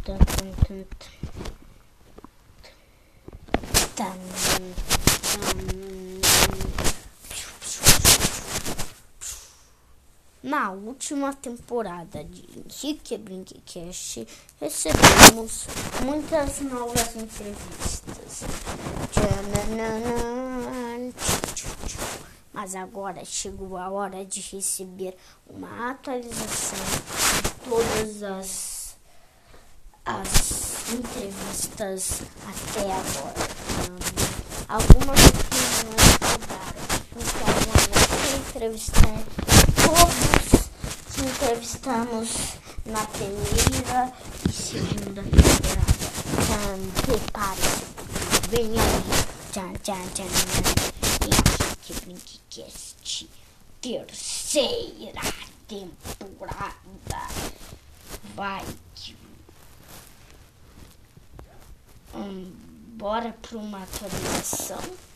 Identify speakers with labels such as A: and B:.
A: Na última temporada de Henrique Brinkcast, recebemos muitas novas entrevistas. Mas agora chegou a hora de receber uma atualização de todas as entrevistas até agora. Algumas opiniões mudaram. Então vamos entrevistar todos que entrevistamos na primeira e segunda temporada. Prepare-se, vem aí. Henrique Brinkcast, terceira temporada. Vai que... bora para uma atualização.